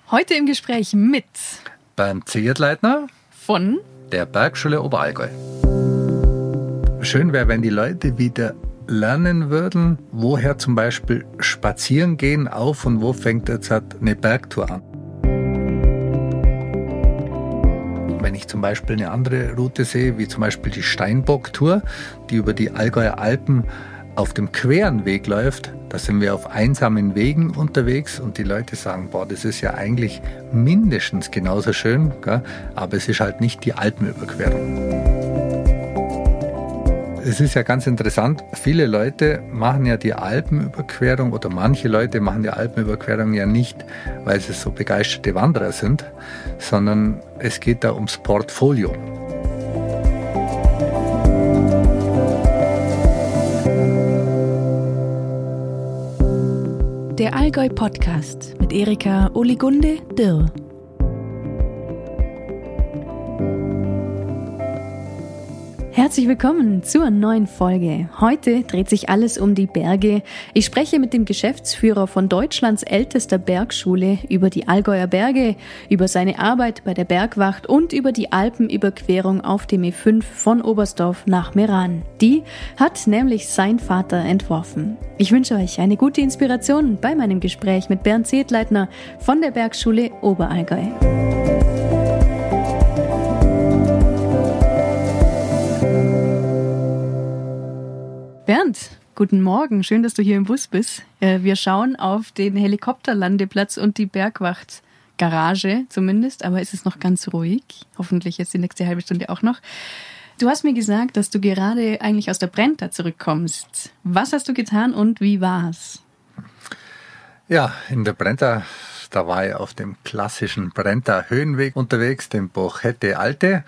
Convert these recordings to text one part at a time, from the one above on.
Heute im Gespräch mit Bernd Ziertleitner von der Bergschule Oberallgäu. Schön wäre, wenn die Leute wieder lernen würden, woher zum Beispiel spazieren gehen auf und wo fängt jetzt eine Bergtour an. Wenn ich zum Beispiel eine andere Route sehe, wie zum Beispiel die Steinbock-Tour, die über die Allgäuer Alpen auf dem queren Weg läuft, da sind wir auf einsamen Wegen unterwegs und die Leute sagen, boah, das ist ja eigentlich mindestens genauso schön, gell? Aber es ist halt nicht die Alpenüberquerung. Es ist ja ganz interessant, viele Leute machen ja die Alpenüberquerung oder manche Leute machen die Alpenüberquerung ja nicht, weil sie so begeisterte Wanderer sind, sondern es geht da ums Portfolio. Der Allgäu-Podcast mit Erika Oligunde Dirr. Herzlich willkommen zur neuen Folge. Heute dreht sich alles um die Berge. Ich spreche mit dem Geschäftsführer von Deutschlands ältester Bergschule über die Allgäuer Berge, über seine Arbeit bei der Bergwacht und über die Alpenüberquerung auf dem E5 von Oberstdorf nach Meran. Die hat nämlich sein Vater entworfen. Ich wünsche euch eine gute Inspiration bei meinem Gespräch mit Bernd Ziertleitner von der Bergschule Oberallgäu. Bernd, guten Morgen. Schön, dass du hier im Bus bist. Wir schauen auf den Helikopterlandeplatz und die Bergwachtgarage zumindest, aber es ist noch ganz ruhig. Hoffentlich jetzt die nächste halbe Stunde auch noch. Du hast mir gesagt, dass du gerade eigentlich aus der Brenta zurückkommst. Was hast du getan und wie war's? Ja, in der Brenta, da war ich auf dem klassischen Brenta Höhenweg unterwegs, dem Bochette Alte.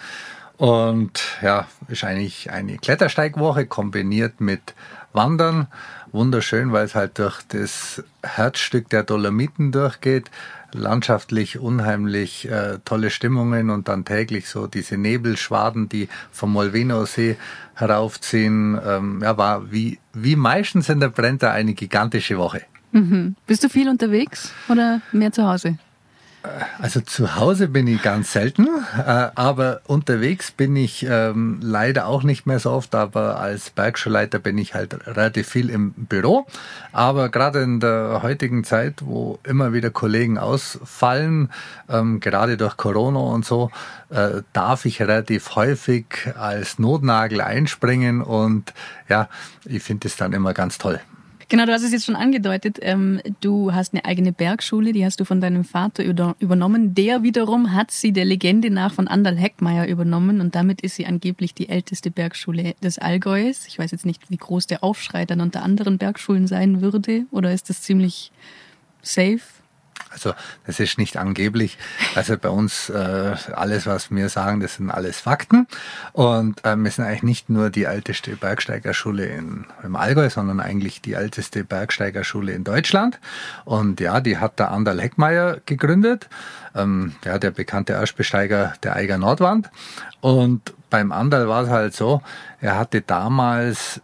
Und ja, ist eigentlich eine Klettersteigwoche kombiniert mit Wandern. Wunderschön, weil es halt durch das Herzstück der Dolomiten durchgeht. Landschaftlich unheimlich tolle Stimmungen und dann täglich so diese Nebelschwaden, die vom Molveno-See heraufziehen. Ja, war wie meistens in der Brenta eine gigantische Woche. Mhm. Bist du viel unterwegs oder mehr zu Hause? Also zu Hause bin ich ganz selten, aber unterwegs bin ich leider auch nicht mehr so oft, aber als Bergschulleiter bin ich halt relativ viel im Büro. Aber gerade in der heutigen Zeit, wo immer wieder Kollegen ausfallen, gerade durch Corona und so, darf ich relativ häufig als Notnagel einspringen und ja, ich finde es dann immer ganz toll. Genau, du hast es jetzt schon angedeutet. Du hast eine eigene Bergschule, die hast du von deinem Vater übernommen. Der wiederum hat sie der Legende nach von Anderl Heckmeier übernommen und damit ist sie angeblich die älteste Bergschule des Allgäus. Ich weiß jetzt nicht, wie groß der Aufschrei dann unter anderen Bergschulen sein würde, oder ist das ziemlich safe? Also das ist nicht angeblich. Also bei uns, alles, was wir sagen, das sind alles Fakten. Und wir sind eigentlich nicht nur die älteste Bergsteigerschule im Allgäu, sondern eigentlich die älteste Bergsteigerschule in Deutschland. Und ja, die hat der Anderl Heckmeier gegründet. Ja, der bekannte Erstbesteiger der Eiger Nordwand. Und beim Anderl war es halt so, er hatte damals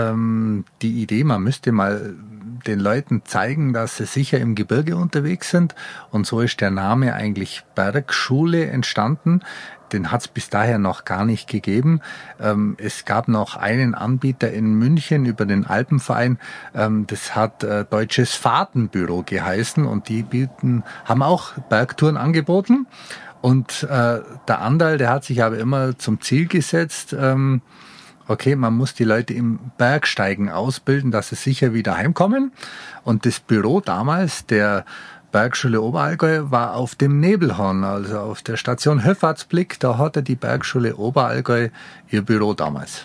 die Idee, man müsste mal den Leuten zeigen, dass sie sicher im Gebirge unterwegs sind. Und so ist der Name eigentlich Bergschule entstanden. Den hat es bis daher noch gar nicht gegeben. Es gab noch einen Anbieter in München über den Alpenverein. Das hat Deutsches Fahrtenbüro geheißen und die haben auch Bergtouren angeboten. Und der Anderl, der hat sich aber immer zum Ziel gesetzt, okay, man muss die Leute im Bergsteigen ausbilden, dass sie sicher wieder heimkommen. Und das Büro damals der Bergschule Oberallgäu war auf dem Nebelhorn, also auf der Station Höffartsblick. Da hatte die Bergschule Oberallgäu ihr Büro damals.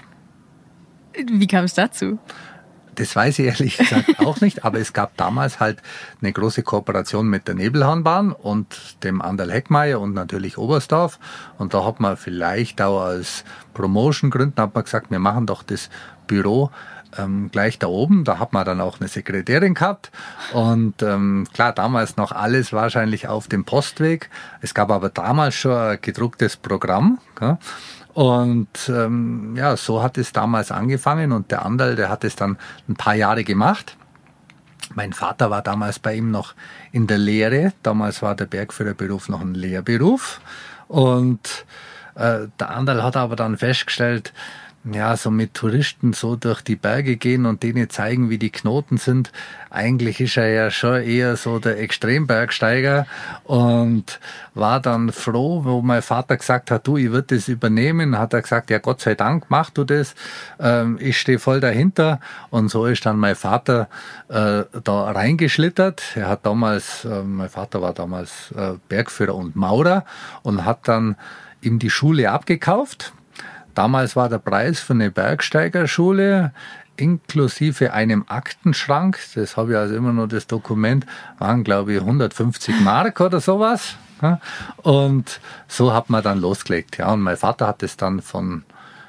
Wie kam es dazu? Das weiß ich ehrlich gesagt auch nicht, aber es gab damals halt eine große Kooperation mit der Nebelhornbahn und dem Anderl Heckmeier und natürlich Oberstdorf. Und da hat man vielleicht auch als Promotion-Gründen hat man gesagt, wir machen doch das Büro gleich da oben. Da hat man dann auch eine Sekretärin gehabt. Und klar, damals noch alles wahrscheinlich auf dem Postweg. Es gab aber damals schon ein gedrucktes Programm. Gell? Und ja, so hat es damals angefangen und der Anderl, der hat es dann ein paar Jahre gemacht. Mein Vater war damals bei ihm noch in der Lehre. Damals war der Bergführerberuf noch ein Lehrberuf. Und der Anderl hat aber dann festgestellt, ja, so mit Touristen so durch die Berge gehen und denen zeigen, wie die Knoten sind. Eigentlich ist er ja schon eher so der Extrembergsteiger und war dann froh, wo mein Vater gesagt hat, du, ich würde das übernehmen. Hat er gesagt, ja, Gott sei Dank, mach du das. Ich stehe voll dahinter. Und so ist dann mein Vater da reingeschlittert. Mein Vater war damals Bergführer und Maurer und hat dann ihm die Schule abgekauft. Damals war der Preis für eine Bergsteigerschule inklusive einem Aktenschrank, das habe ich also immer noch das Dokument, waren glaube ich 150 Mark oder sowas. Und so hat man dann losgelegt. Ja, und mein Vater hat es dann von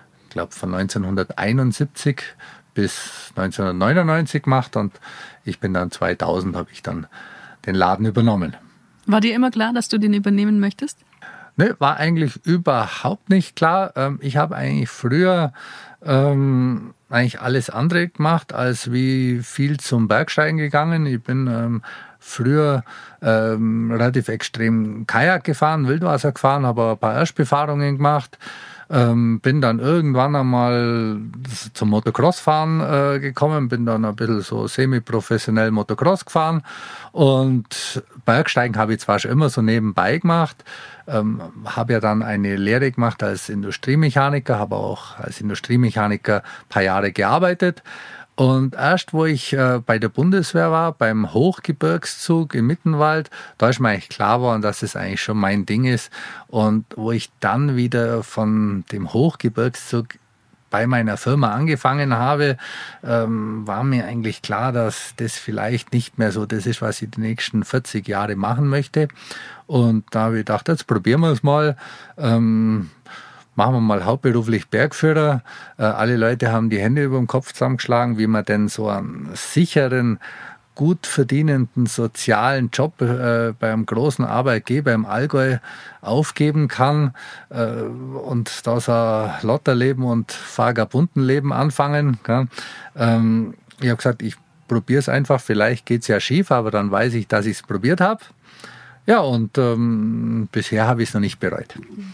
1971 bis 1999 gemacht und ich bin dann 2000, habe ich dann den Laden übernommen. War dir immer klar, dass du den übernehmen möchtest? Ne, war eigentlich überhaupt nicht klar. Ich habe eigentlich früher eigentlich alles andere gemacht, als wie viel zum Bergsteigen gegangen. Ich bin früher relativ extrem Kajak gefahren, Wildwasser gefahren, habe ein paar Erstbefahrungen gemacht. Bin dann irgendwann einmal zum Motocross-Fahren gekommen, bin dann ein bisschen so semi-professionell Motocross gefahren und Bergsteigen habe ich zwar schon immer so nebenbei gemacht, habe ja dann eine Lehre gemacht als Industriemechaniker, habe auch als Industriemechaniker ein paar Jahre gearbeitet. Und erst, wo ich bei der Bundeswehr war, beim Hochgebirgszug im Mittenwald, da ist mir eigentlich klar geworden, dass es eigentlich schon mein Ding ist. Und wo ich dann wieder von dem Hochgebirgszug bei meiner Firma angefangen habe, war mir eigentlich klar, dass das vielleicht nicht mehr so das ist, was ich die nächsten 40 Jahre machen möchte. Und da habe ich gedacht, jetzt probieren wir es mal. Machen wir mal hauptberuflich Bergführer. Alle Leute haben die Hände über dem Kopf zusammengeschlagen, wie man denn so einen sicheren, gut verdienenden sozialen Job bei einem großen Arbeitgeber im Allgäu aufgeben kann und da so ein Lotterleben und Vagabundenleben anfangen. Ich habe gesagt, ich probiere es einfach, vielleicht geht es ja schief, aber dann weiß ich, dass ich es probiert habe. Ja, und bisher habe ich es noch nicht bereut.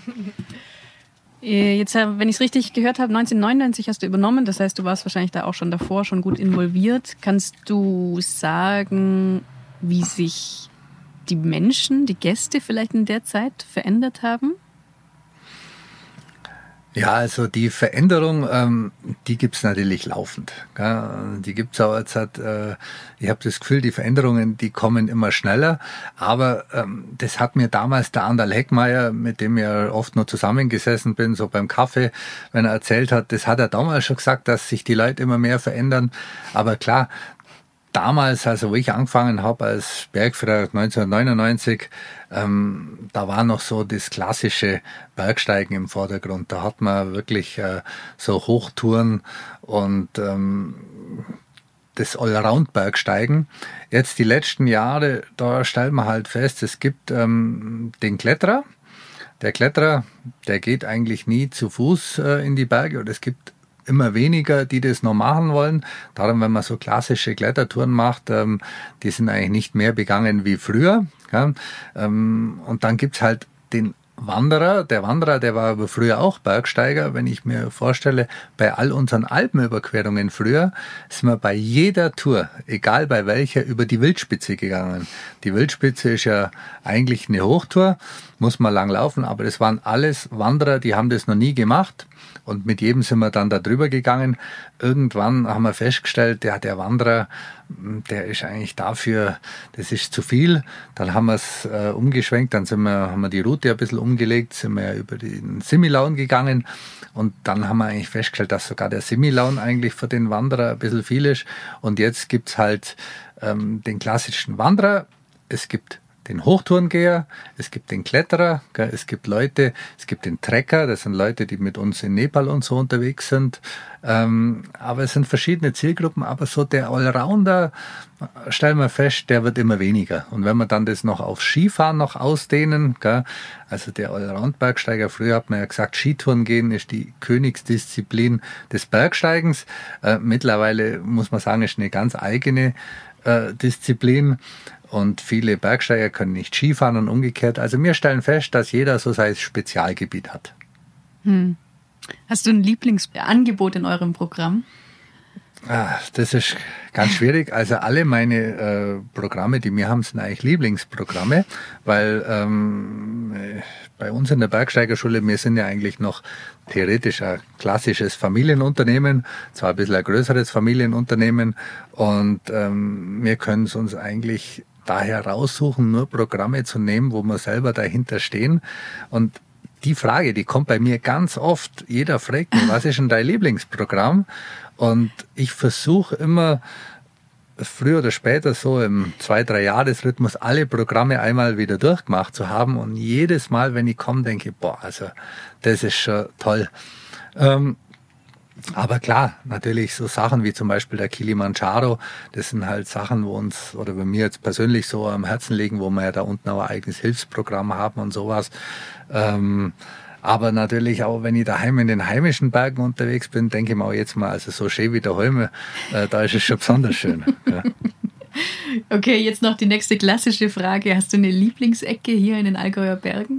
Jetzt, wenn ich es richtig gehört habe, 1999 hast du übernommen, das heißt, du warst wahrscheinlich da auch schon davor schon gut involviert. Kannst du sagen, wie sich die Menschen, die Gäste vielleicht in der Zeit verändert haben? Ja, also die Veränderung, die gibt's natürlich laufend. Gell? Die gibt's aber jetzt ich habe das Gefühl, die Veränderungen, die kommen immer schneller. Aber das hat mir damals der Anderl Heckmeier, mit dem ich oft nur zusammengesessen bin, so beim Kaffee, wenn er erzählt hat, das hat er damals schon gesagt, dass sich die Leute immer mehr verändern. Aber klar, damals, also wo ich angefangen habe als Bergführer 1999, da war noch so das klassische Bergsteigen im Vordergrund. Da hat man wirklich so Hochtouren und das Allround-Bergsteigen. Jetzt die letzten Jahre, da stellt man halt fest, es gibt den Kletterer. Der Kletterer, der geht eigentlich nie zu Fuß in die Berge, oder es gibt immer weniger, die das noch machen wollen. Darum, wenn man so klassische Klettertouren macht, die sind eigentlich nicht mehr begangen wie früher. Ja? Und dann gibt's halt den Wanderer. Der Wanderer, der war aber früher auch Bergsteiger. Wenn ich mir vorstelle, bei all unseren Alpenüberquerungen früher, sind wir bei jeder Tour, egal bei welcher, über die Wildspitze gegangen. Die Wildspitze ist ja eigentlich eine Hochtour, muss man lang laufen, aber das waren alles Wanderer, die haben das noch nie gemacht. Und mit jedem sind wir dann da drüber gegangen. Irgendwann haben wir festgestellt, der Wanderer, der ist eigentlich dafür, das ist zu viel. Dann haben wir es umgeschwenkt, dann haben wir die Route ein bisschen umgelegt, sind wir über den Similaun gegangen. Und dann haben wir eigentlich festgestellt, dass sogar der Similaun eigentlich für den Wanderer ein bisschen viel ist. Und jetzt gibt's halt den klassischen Wanderer. Es gibt den Hochtourengeher, es gibt den Kletterer, es gibt Leute, es gibt den Trekker, das sind Leute, die mit uns in Nepal und so unterwegs sind. Aber es sind verschiedene Zielgruppen, aber so der Allrounder, stellen wir fest, der wird immer weniger. Und wenn wir dann das noch auf Skifahren noch ausdehnen, also der Allround-Bergsteiger, früher hat man ja gesagt, Skitouren gehen ist die Königsdisziplin des Bergsteigens. Mittlerweile muss man sagen, ist eine ganz eigene Disziplin. Und viele Bergsteiger können nicht Skifahren und umgekehrt. Also wir stellen fest, dass jeder so sein Spezialgebiet hat. Hast du ein Lieblingsangebot in eurem Programm? Das ist ganz schwierig. Also alle meine Programme, die wir haben, sind eigentlich Lieblingsprogramme, weil bei uns in der Bergsteigerschule, wir sind ja eigentlich noch theoretisch ein klassisches Familienunternehmen, zwar ein bisschen ein größeres Familienunternehmen, und wir können es uns eigentlich daher raussuchen, nur Programme zu nehmen, wo wir selber dahinter stehen. Und die Frage, die kommt bei mir ganz oft. Jeder fragt mich, was ist denn dein Lieblingsprogramm? Und ich versuche immer, früher oder später so im 2-3 Jahresrhythmus alle Programme einmal wieder durchgemacht zu haben. Und jedes Mal, wenn ich komme, denke ich, boah, also das ist schon toll. Aber klar, natürlich so Sachen wie zum Beispiel der Kilimanjaro, das sind halt Sachen, wo uns, oder bei mir jetzt persönlich so am Herzen liegen, wo wir ja da unten auch ein eigenes Hilfsprogramm haben und sowas. Aber natürlich auch, wenn ich daheim in den heimischen Bergen unterwegs bin, denke ich mir auch jetzt mal, also so schön wie daheim, da ist es schon besonders schön. Ja. Okay, jetzt noch die nächste klassische Frage. Hast du eine Lieblingsecke hier in den Allgäuer Bergen?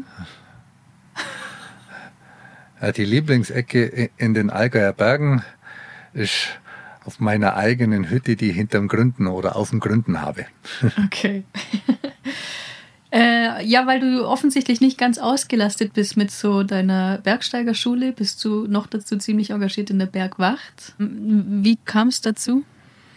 Die Lieblingsecke in den Allgäuer Bergen ist auf meiner eigenen Hütte, die ich hinterm Gründen oder auf dem Gründen habe. Okay. Ja, weil du offensichtlich nicht ganz ausgelastet bist mit so deiner Bergsteigerschule, bist du noch dazu ziemlich engagiert in der Bergwacht. Wie kam es dazu?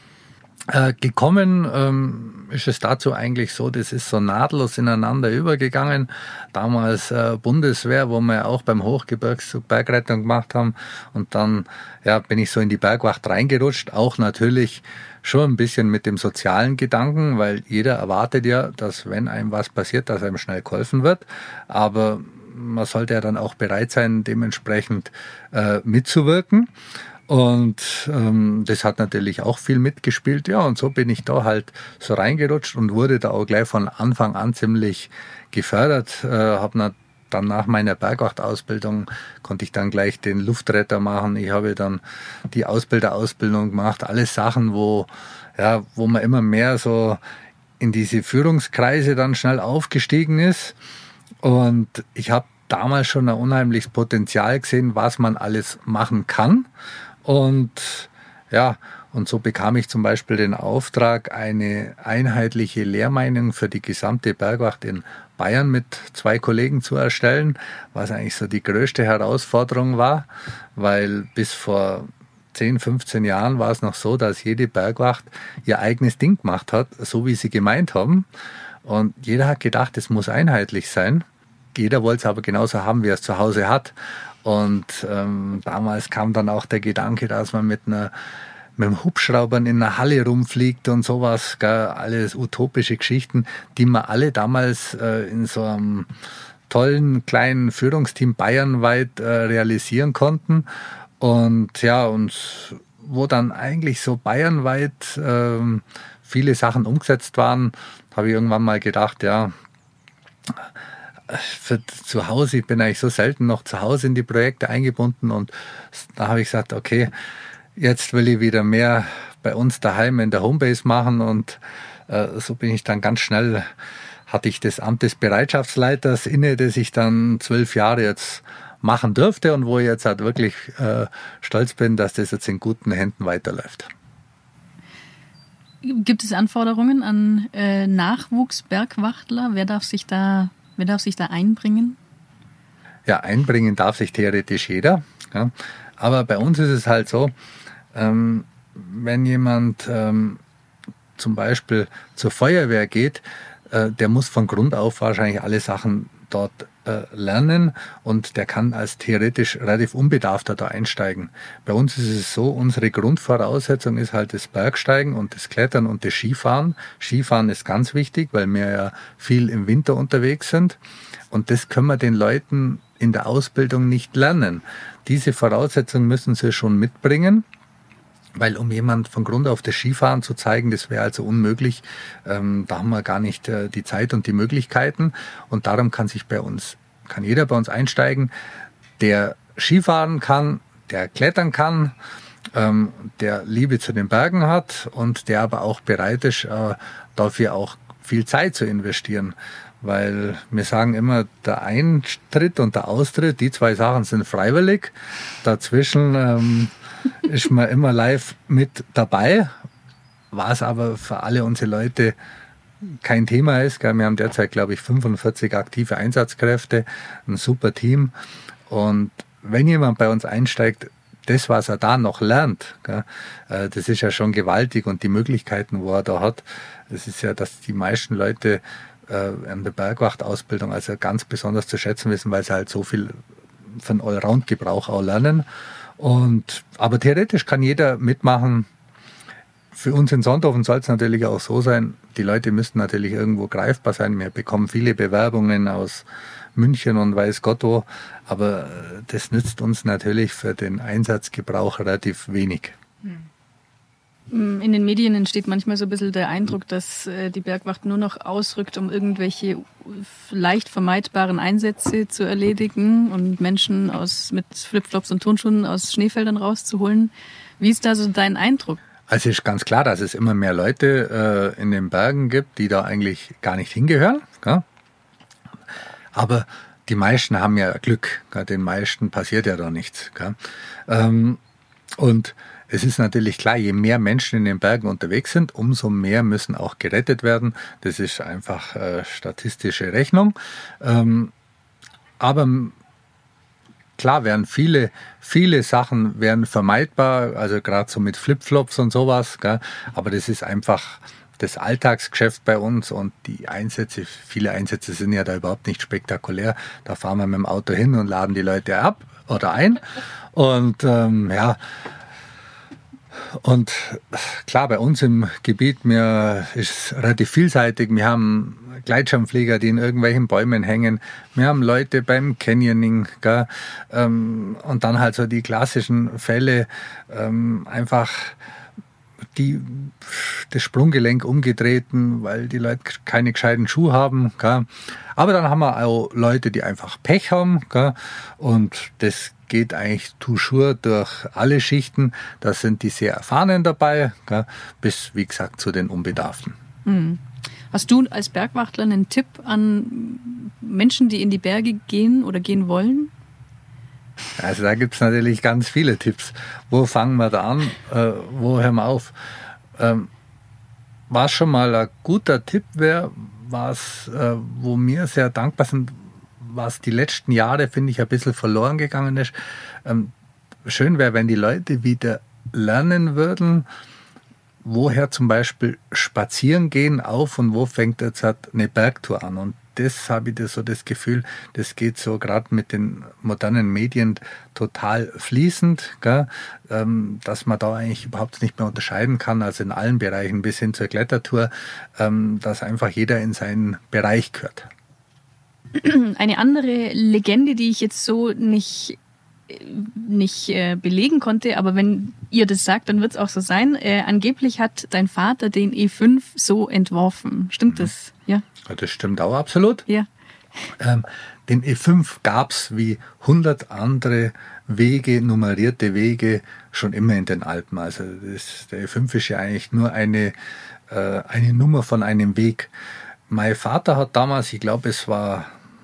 Gekommen ist es dazu eigentlich so, das ist so nahtlos ineinander übergegangen. Damals Bundeswehr, wo wir auch beim Hochgebirgszug Bergrettung gemacht haben. Und dann bin ich so in die Bergwacht reingerutscht, auch natürlich schon ein bisschen mit dem sozialen Gedanken, weil jeder erwartet ja, dass wenn einem was passiert, dass einem schnell geholfen wird. Aber man sollte ja dann auch bereit sein, dementsprechend mitzuwirken. Und das hat natürlich auch viel mitgespielt. Ja, und so bin ich da halt so reingerutscht und wurde da auch gleich von Anfang an ziemlich gefördert. Habe dann nach meiner Bergwachtausbildung konnte ich dann gleich den Luftretter machen. Ich habe dann die Ausbilderausbildung gemacht. Alles Sachen, wo man immer mehr so in diese Führungskreise dann schnell aufgestiegen ist. Und ich habe damals schon ein unheimliches Potenzial gesehen, was man alles machen kann. Und so bekam ich zum Beispiel den Auftrag, eine einheitliche Lehrmeinung für die gesamte Bergwacht in Bayern mit 2 Kollegen zu erstellen, was eigentlich so die größte Herausforderung war, weil bis vor 10, 15 Jahren war es noch so, dass jede Bergwacht ihr eigenes Ding gemacht hat, so wie sie gemeint haben. Und jeder hat gedacht, es muss einheitlich sein. Jeder wollte es aber genauso haben, wie er es zu Hause hat. Und damals kam dann auch der Gedanke, dass man mit dem Hubschraubern in einer Halle rumfliegt und sowas, gell? Alles utopische Geschichten, die wir alle damals in so einem tollen kleinen Führungsteam bayernweit realisieren konnten. Und wo dann eigentlich so bayernweit viele Sachen umgesetzt waren, habe ich irgendwann mal gedacht, für zu Hause, ich bin eigentlich so selten noch zu Hause in die Projekte eingebunden, und da habe ich gesagt, okay, jetzt will ich wieder mehr bei uns daheim in der Homebase machen, und so bin ich dann ganz schnell, hatte ich das Amt des Bereitschaftsleiters inne, das ich dann 12 Jahre jetzt machen durfte und wo ich jetzt halt wirklich stolz bin, dass das jetzt in guten Händen weiterläuft. Gibt es Anforderungen an Nachwuchsbergwachtler? Wer darf sich da einbringen? Ja, einbringen darf sich theoretisch jeder. Ja. Aber bei uns ist es halt so, wenn jemand zum Beispiel zur Feuerwehr geht, der muss von Grund auf wahrscheinlich alle Sachen dort lernen, und der kann als theoretisch relativ Unbedarfter da einsteigen. Bei uns ist es so, unsere Grundvoraussetzung ist halt das Bergsteigen und das Klettern und das Skifahren. Skifahren ist ganz wichtig, weil wir ja viel im Winter unterwegs sind, und das können wir den Leuten in der Ausbildung nicht lernen. Diese Voraussetzungen müssen sie schon mitbringen, weil um jemand von Grund auf das Skifahren zu zeigen, das wäre also unmöglich. Da haben wir gar nicht die Zeit und die Möglichkeiten, und darum kann jeder bei uns einsteigen, der Skifahren kann, der klettern kann, der Liebe zu den Bergen hat und der aber auch bereit ist, dafür auch viel Zeit zu investieren. Weil wir sagen immer, der Eintritt und der Austritt, die 2 Sachen sind freiwillig. Dazwischen ist man immer live mit dabei, was aber für alle unsere Leute kein Thema ist. Wir haben derzeit, glaube ich, 45 aktive Einsatzkräfte, ein super Team. Und wenn jemand bei uns einsteigt, das, was er da noch lernt, das ist ja schon gewaltig. Und die Möglichkeiten, wo er da hat, das ist ja, dass die meisten Leute in der Bergwachtausbildung also ganz besonders zu schätzen wissen, weil sie halt so viel von Allround-Gebrauch auch lernen. Aber theoretisch kann jeder mitmachen. Für uns in Sonthofen soll es natürlich auch so sein, die Leute müssten natürlich irgendwo greifbar sein. Wir bekommen viele Bewerbungen aus München und weiß Gott wo, aber das nützt uns natürlich für den Einsatzgebrauch relativ wenig. In den Medien entsteht manchmal so ein bisschen der Eindruck, dass die Bergwacht nur noch ausrückt, um irgendwelche leicht vermeidbaren Einsätze zu erledigen und Menschen mit Flipflops und Turnschuhen aus Schneefeldern rauszuholen. Wie ist da so dein Eindruck? Also es ist ganz klar, dass es immer mehr Leute in den Bergen gibt, die da eigentlich gar nicht hingehören. Gell? Aber die meisten haben ja Glück. Gell? Den meisten passiert ja da nichts. Gell? Und es ist natürlich klar, je mehr Menschen in den Bergen unterwegs sind, umso mehr müssen auch gerettet werden. Das ist einfach statistische Rechnung. Aber klar wären viele Sachen wären vermeidbar, also gerade so mit Flipflops und sowas. Gell? Aber das ist einfach das Alltagsgeschäft bei uns und die Einsätze, viele Einsätze sind ja da überhaupt nicht spektakulär. Da fahren wir mit dem Auto hin und laden die Leute ab oder ein. Und Und klar, bei uns im Gebiet ist es relativ vielseitig. Wir haben Gleitschirmflieger, die in irgendwelchen Bäumen hängen. Wir haben Leute beim Canyoning. Gell? Und dann halt so die klassischen Fälle, einfach das Sprunggelenk umgetreten, weil die Leute keine gescheiten Schuhe haben. Gell? Aber dann haben wir auch Leute, die einfach Pech haben. Gell? Und das geht eigentlich toujours durch alle Schichten. Da sind die sehr Erfahrenen dabei, gell? Bis, wie gesagt, zu den Unbedarften. Mhm. Hast du als Bergwachtler einen Tipp an Menschen, die in die Berge gehen oder gehen wollen? Also da gibt es natürlich ganz viele Tipps. Wo fangen wir da an? Wo hören wir auf? Was schon mal ein guter Tipp wäre, wo wir sehr dankbar sind, was die letzten Jahre, finde ich, ein bisschen verloren gegangen ist. Schön wäre, wenn die Leute wieder lernen würden, woher zum Beispiel spazieren gehen auf und wo fängt jetzt eine Bergtour an. Und das habe ich so das Gefühl, das geht so gerade mit den modernen Medien total fließend, gell? Dass man da eigentlich überhaupt nicht mehr unterscheiden kann, also in allen Bereichen bis hin zur Klettertour, dass einfach jeder in seinen Bereich gehört. Eine andere Legende, die ich jetzt so nicht belegen konnte, aber wenn ihr das sagt, dann wird es auch so sein. Angeblich hat dein Vater den E5 so entworfen. Stimmt das? Ja. Das stimmt auch absolut. Ja. Den E5 gab es wie 100 andere Wege, nummerierte Wege, schon immer in den Alpen. Also der E5 ist ja eigentlich nur eine Nummer von einem Weg. Mein Vater hat damals, ich glaube es war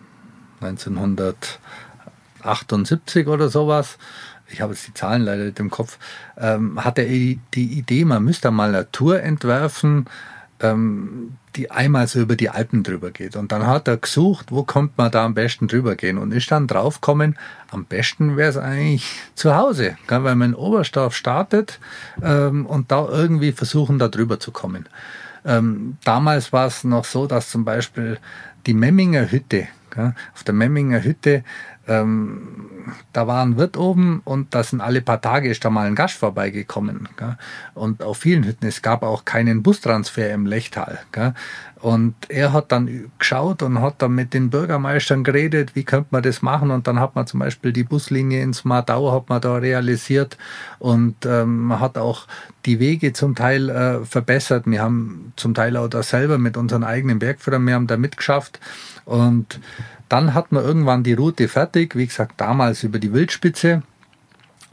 1978 oder sowas, ich habe jetzt die Zahlen leider nicht im Kopf, hat er die Idee, man müsste mal eine Tour entwerfen, die einmal so über die Alpen drüber geht. Und dann hat er gesucht, wo kommt man da am besten drüber gehen, und ist dann draufgekommen, am besten wäre es eigentlich zu Hause, weil man in Oberstdorf startet und da irgendwie versuchen, da drüber zu kommen. Damals war es noch so, dass zum Beispiel die Memminger Hütte, auf der Memminger Hütte, da war ein Wirt oben und da sind alle paar Tage ist da mal ein Gast vorbeigekommen. Und auf vielen Hütten, es gab auch keinen Bustransfer im Lechtal. Und er hat dann geschaut und hat dann mit den Bürgermeistern geredet, wie könnte man das machen, und dann hat man zum Beispiel die Buslinie ins Mardau hat man da realisiert, und man hat auch die Wege zum Teil verbessert. Wir haben zum Teil auch da selber mit unseren eigenen Bergführern, wir haben da mitgeschafft, und dann hat man irgendwann die Route fertig, wie gesagt, damals über die Wildspitze.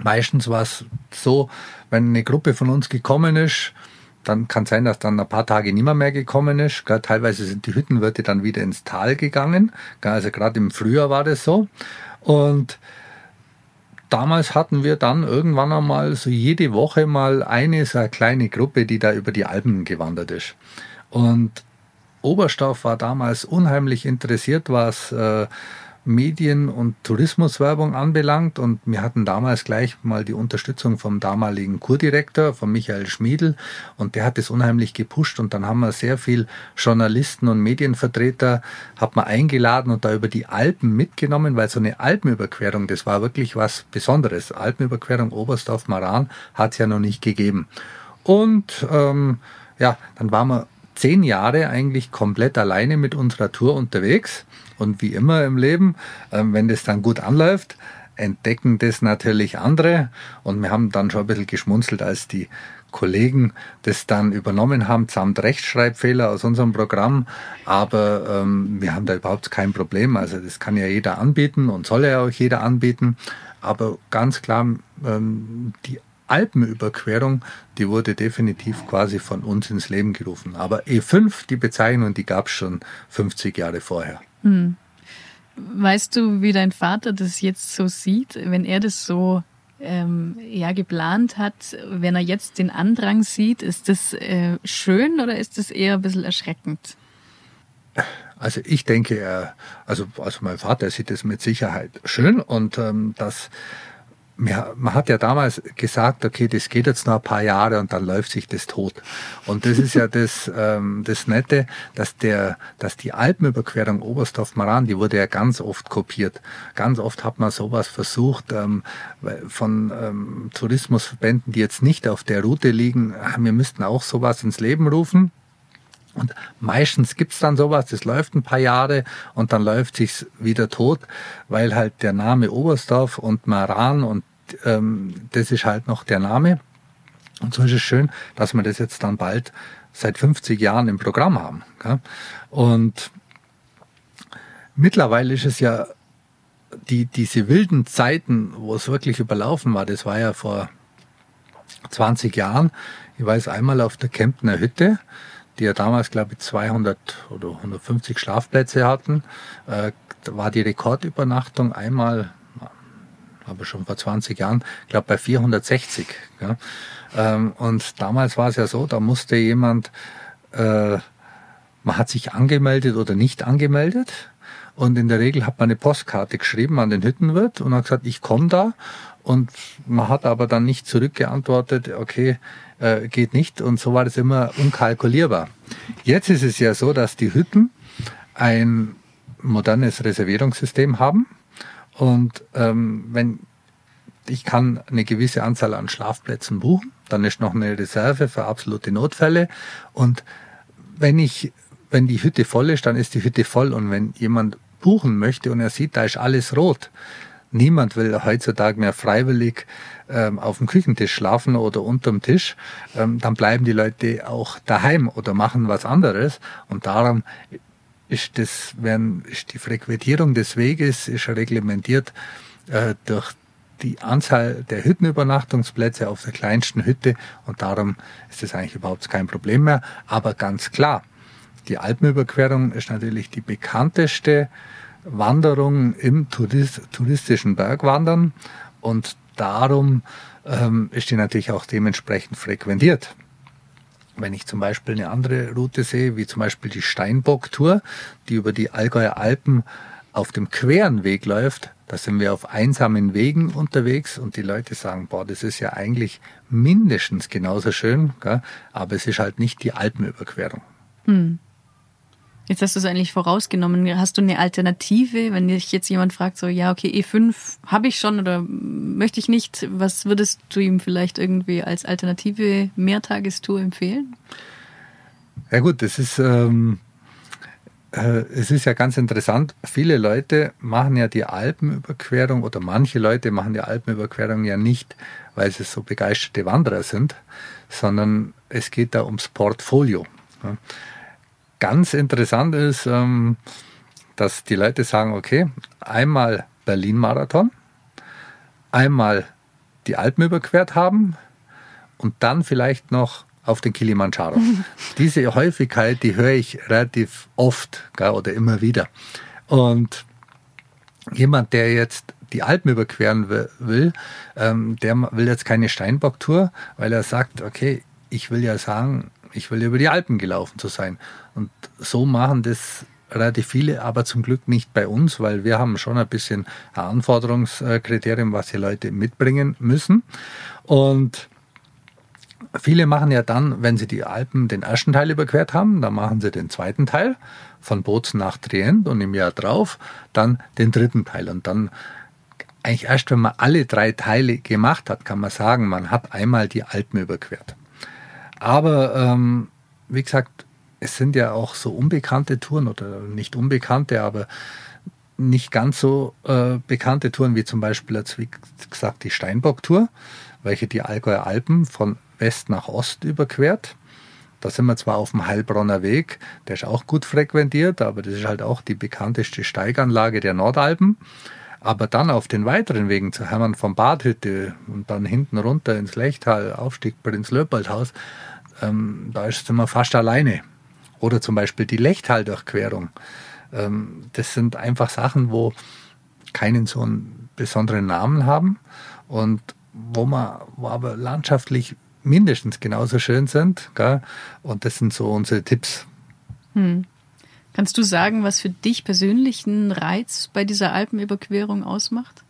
Meistens war es so, wenn eine Gruppe von uns gekommen ist, dann kann es sein, dass dann ein paar Tage niemand mehr gekommen ist. Teilweise sind die Hüttenwirte dann wieder ins Tal gegangen. Also gerade im Frühjahr war das so. Und damals hatten wir dann irgendwann einmal so jede Woche mal so eine kleine Gruppe, die da über die Alpen gewandert ist. Und Oberstdorf war damals unheimlich interessiert, was Medien- und Tourismuswerbung anbelangt, und wir hatten damals gleich mal die Unterstützung vom damaligen Kurdirektor, von Michael Schmiedl, und der hat es unheimlich gepusht, und dann haben wir sehr viel Journalisten und Medienvertreter hat man eingeladen und da über die Alpen mitgenommen, weil so eine Alpenüberquerung, das war wirklich was Besonderes. Alpenüberquerung Oberstdorf-Maran hat es ja noch nicht gegeben. Und dann waren wir 10 Jahre eigentlich komplett alleine mit unserer Tour unterwegs. Und wie immer im Leben, wenn das dann gut anläuft, entdecken das natürlich andere. Und wir haben dann schon ein bisschen geschmunzelt, als die Kollegen das dann übernommen haben, samt Rechtschreibfehler aus unserem Programm. Aber wir haben da überhaupt kein Problem. Also das kann ja jeder anbieten und soll ja auch jeder anbieten. Aber ganz klar, die Alpenüberquerung, die wurde definitiv quasi von uns ins Leben gerufen. Aber E5, die Bezeichnung, die gab es schon 50 Jahre vorher. Weißt du, wie dein Vater das jetzt so sieht, wenn er das so geplant hat, wenn er jetzt den Andrang sieht, ist das schön oder ist das eher ein bisschen erschreckend? Also ich denke, also mein Vater sieht das mit Sicherheit schön, und man hat ja damals gesagt, okay, das geht jetzt noch ein paar Jahre und dann läuft sich das tot. Und das ist ja das Nette, dass die Alpenüberquerung Oberstdorf-Maran, die wurde ja ganz oft kopiert. Ganz oft hat man sowas versucht, von Tourismusverbänden, die jetzt nicht auf der Route liegen, wir müssten auch sowas ins Leben rufen. Und meistens gibt's dann sowas, das läuft ein paar Jahre und dann läuft sich's wieder tot, weil halt der Name Oberstdorf und Maran, und das ist halt noch der Name. Und so ist es schön, dass wir das jetzt dann bald seit 50 Jahren im Programm haben. Gell? Und mittlerweile ist es ja diese wilden Zeiten, wo es wirklich überlaufen war, das war ja vor 20 Jahren. Ich weiß, einmal auf der Kemptner Hütte, die ja damals, glaube ich, 200 oder 150 Schlafplätze hatten, war die Rekordübernachtung einmal, aber schon vor 20 Jahren, glaube bei 460. Ja. Und damals war es ja so, da musste jemand, man hat sich angemeldet oder nicht angemeldet, und in der Regel hat man eine Postkarte geschrieben an den Hüttenwirt und hat gesagt, ich komme da, und man hat aber dann nicht zurückgeantwortet, okay, geht nicht, und so war das immer unkalkulierbar. Jetzt ist es ja so, dass die Hütten ein modernes Reservierungssystem haben, und wenn ich kann eine gewisse Anzahl an Schlafplätzen buchen, dann ist noch eine Reserve für absolute Notfälle, und wenn die Hütte voll ist, dann ist die Hütte voll, und wenn jemand buchen möchte und er sieht, da ist alles rot, niemand will heutzutage mehr freiwillig auf dem Küchentisch schlafen oder unterm Tisch, dann bleiben die Leute auch daheim oder machen was anderes, und darum ist die Frequentierung des Weges ist reglementiert durch die Anzahl der Hüttenübernachtungsplätze auf der kleinsten Hütte, und darum ist das eigentlich überhaupt kein Problem mehr. Aber ganz klar, die Alpenüberquerung ist natürlich die bekannteste Wanderung im touristischen Bergwandern, und darum ist die natürlich auch dementsprechend frequentiert. Wenn ich zum Beispiel eine andere Route sehe, wie zum Beispiel die Steinbock-Tour, die über die Allgäuer Alpen auf dem queren Weg läuft, da sind wir auf einsamen Wegen unterwegs, und die Leute sagen, boah, das ist ja eigentlich mindestens genauso schön, gell? Aber es ist halt nicht die Alpenüberquerung. Jetzt hast du es eigentlich vorausgenommen. Hast du eine Alternative, wenn dich jetzt jemand fragt, so, ja, okay, E5 habe ich schon oder möchte ich nicht, was würdest du ihm vielleicht irgendwie als alternative Mehrtagestour empfehlen? Ja gut, das ist es ist ja ganz interessant. Viele Leute machen ja die Alpenüberquerung, oder manche Leute machen die Alpenüberquerung ja nicht, weil sie so begeisterte Wanderer sind, sondern es geht da ums Portfolio. Ja. Ganz interessant ist, dass die Leute sagen, okay, einmal Berlin-Marathon, einmal die Alpen überquert haben und dann vielleicht noch auf den Kilimanjaro. Diese Häufigkeit, die höre ich relativ oft, gell, oder immer wieder. Und jemand, der jetzt die Alpen überqueren will, der will jetzt keine Steinbock-Tour, weil er sagt, okay, ich will ja sagen, ich will über die Alpen gelaufen zu sein. Und so machen das relativ viele, aber zum Glück nicht bei uns, weil wir haben schon ein bisschen ein Anforderungskriterium, was die Leute mitbringen müssen. Und viele machen ja dann, wenn sie die Alpen den ersten Teil überquert haben, dann machen sie den zweiten Teil von Bozen nach Trient und im Jahr drauf dann den dritten Teil. Und dann eigentlich erst, wenn man alle 3 Teile gemacht hat, kann man sagen, man hat einmal die Alpen überquert. Aber wie gesagt, es sind ja auch so unbekannte Touren oder nicht unbekannte, aber nicht ganz so bekannte Touren wie zum Beispiel jetzt, wie gesagt, die Steinbock-Tour, welche die Allgäuer Alpen von West nach Ost überquert. Da sind wir zwar auf dem Heilbronner Weg, der ist auch gut frequentiert, aber das ist halt auch die bekannteste Steiganlage der Nordalpen. Aber dann auf den weiteren Wegen zu Hermann von Badhütte und dann hinten runter ins Lechtal, Aufstieg Prinz-Leopold-Haus, da sind wir fast alleine. Oder zum Beispiel die Lechtal-Durchquerung. Das sind einfach Sachen, wo keinen so einen besonderen Namen haben und wo aber landschaftlich mindestens genauso schön sind. Gell? Und das sind so unsere Tipps. Kannst du sagen, was für dich persönlich einen Reiz bei dieser Alpenüberquerung ausmacht?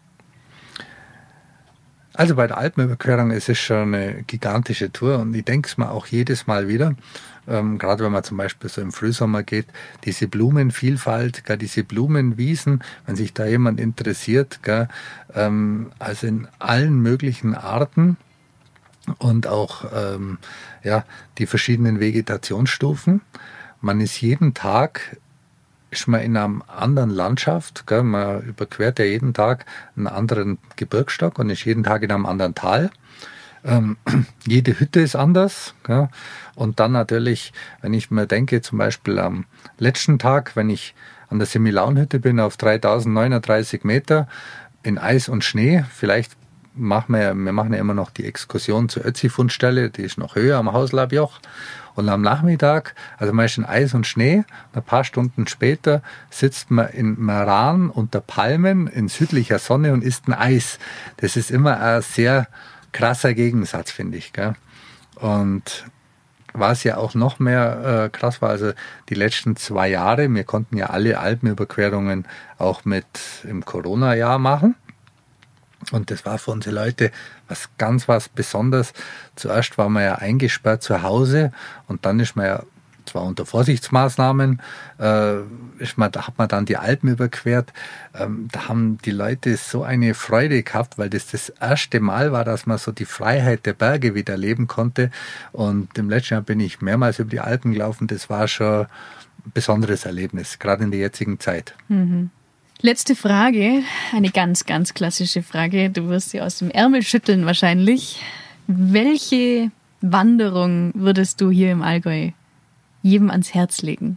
Also bei der Alpenüberquerung ist es schon eine gigantische Tour und ich denke es mir auch jedes Mal wieder, gerade wenn man zum Beispiel so im Frühsommer geht, diese Blumenvielfalt, diese Blumenwiesen, wenn sich da jemand interessiert, also in allen möglichen Arten und auch die verschiedenen Vegetationsstufen. Man ist jeden Tag ist man in einer anderen Landschaft. Gell? Man überquert ja jeden Tag einen anderen Gebirgsstock und ist jeden Tag in einem anderen Tal. Jede Hütte ist anders. Gell? Und dann natürlich, wenn ich mir denke, zum Beispiel am letzten Tag, wenn ich an der Semilaunhütte bin auf 3039 Meter in Eis und Schnee, vielleicht machen wir machen ja immer noch die Exkursion zur Ötzi-Fundstelle, die ist noch höher am Hauslabjoch. Und am Nachmittag, also man ist in Eis und Schnee, ein paar Stunden später sitzt man in Meran unter Palmen in südlicher Sonne und isst ein Eis. Das ist immer ein sehr krasser Gegensatz, finde ich. Gell? Und was ja auch noch mehr krass war, also die letzten 2 Jahre, wir konnten ja alle Alpenüberquerungen auch mit im Corona-Jahr machen. Und das war für unsere Leute was Besonderes. Zuerst war man ja eingesperrt zu Hause und dann ist man ja zwar unter Vorsichtsmaßnahmen, hat man dann die Alpen überquert. Da haben die Leute so eine Freude gehabt, weil das erste Mal war, dass man so die Freiheit der Berge wieder erleben konnte. Und im letzten Jahr bin ich mehrmals über die Alpen gelaufen. Das war schon ein besonderes Erlebnis, gerade in der jetzigen Zeit. Mhm. Letzte Frage, eine ganz, ganz klassische Frage. Du wirst sie aus dem Ärmel schütteln wahrscheinlich. Welche Wanderung würdest du hier im Allgäu jedem ans Herz legen?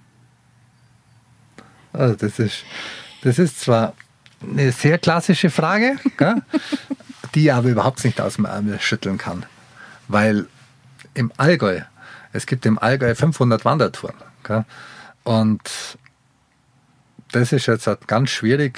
Also das ist zwar eine sehr klassische Frage, gell, die aber überhaupt nicht aus dem Ärmel schütteln kann. Weil es gibt im Allgäu 500 Wandertouren. Gell, und das ist jetzt halt ganz schwierig.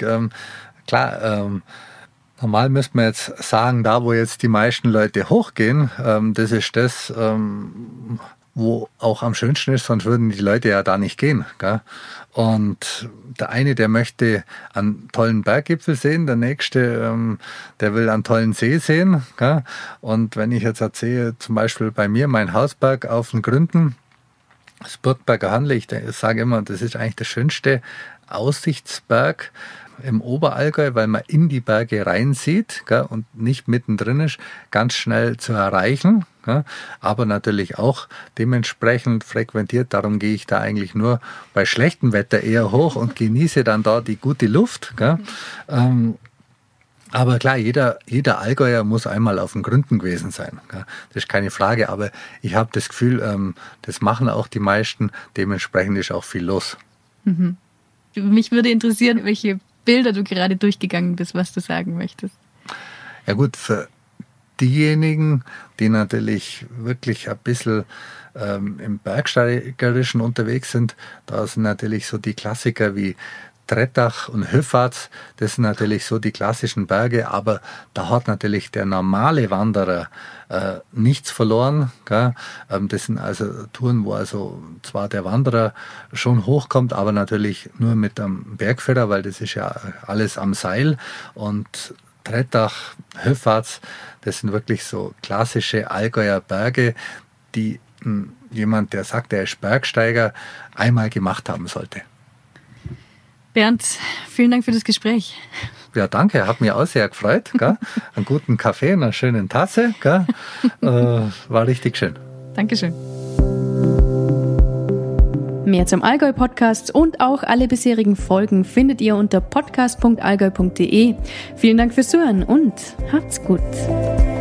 Normal müsste man jetzt sagen, da wo jetzt die meisten Leute hochgehen, das ist das, wo auch am schönsten ist, sonst würden die Leute ja da nicht gehen. Gell? Und der eine, der möchte einen tollen Berggipfel sehen, der nächste, der will einen tollen See sehen. Gell? Und wenn ich jetzt erzähle, zum Beispiel bei mir, mein Hausberg auf den Gründen, das Burgberger Handel, ich sage immer, das ist eigentlich der schönste Aussichtsberg im Oberallgäu, weil man in die Berge reinsieht, gell, und nicht mittendrin ist, ganz schnell zu erreichen, gell, aber natürlich auch dementsprechend frequentiert. Darum gehe ich da eigentlich nur bei schlechtem Wetter eher hoch und genieße dann da die gute Luft. Gell. Aber klar, jeder Allgäuer muss einmal auf den Gründen gewesen sein. Gell. Das ist keine Frage, aber ich habe das Gefühl, das machen auch die meisten, dementsprechend ist auch viel los. Mhm. Mich würde interessieren, welche Bilder du gerade durchgegangen bist, was du sagen möchtest. Ja gut, für diejenigen, die natürlich wirklich ein bisschen im Bergsteigerischen unterwegs sind. Da sind natürlich so die Klassiker wie Trettach und Höfats, das sind natürlich so die klassischen Berge, aber da hat natürlich der normale Wanderer nichts verloren. Gell? Das sind also Touren, wo also zwar der Wanderer schon hochkommt, aber natürlich nur mit einem Bergführer, weil das ist ja alles am Seil. Und Trettach, Höfats, das sind wirklich so klassische Allgäuer Berge, die jemand, der sagt, er ist Bergsteiger, einmal gemacht haben sollte. Bernd, vielen Dank für das Gespräch. Ja, danke, hat mich auch sehr gefreut. Gell? Einen guten Kaffee und einer schönen Tasse. Gell? War richtig schön. Dankeschön. Mehr zum Allgäu-Podcast und auch alle bisherigen Folgen findet ihr unter podcast.allgäu.de. Vielen Dank fürs Zuhören und habt's gut.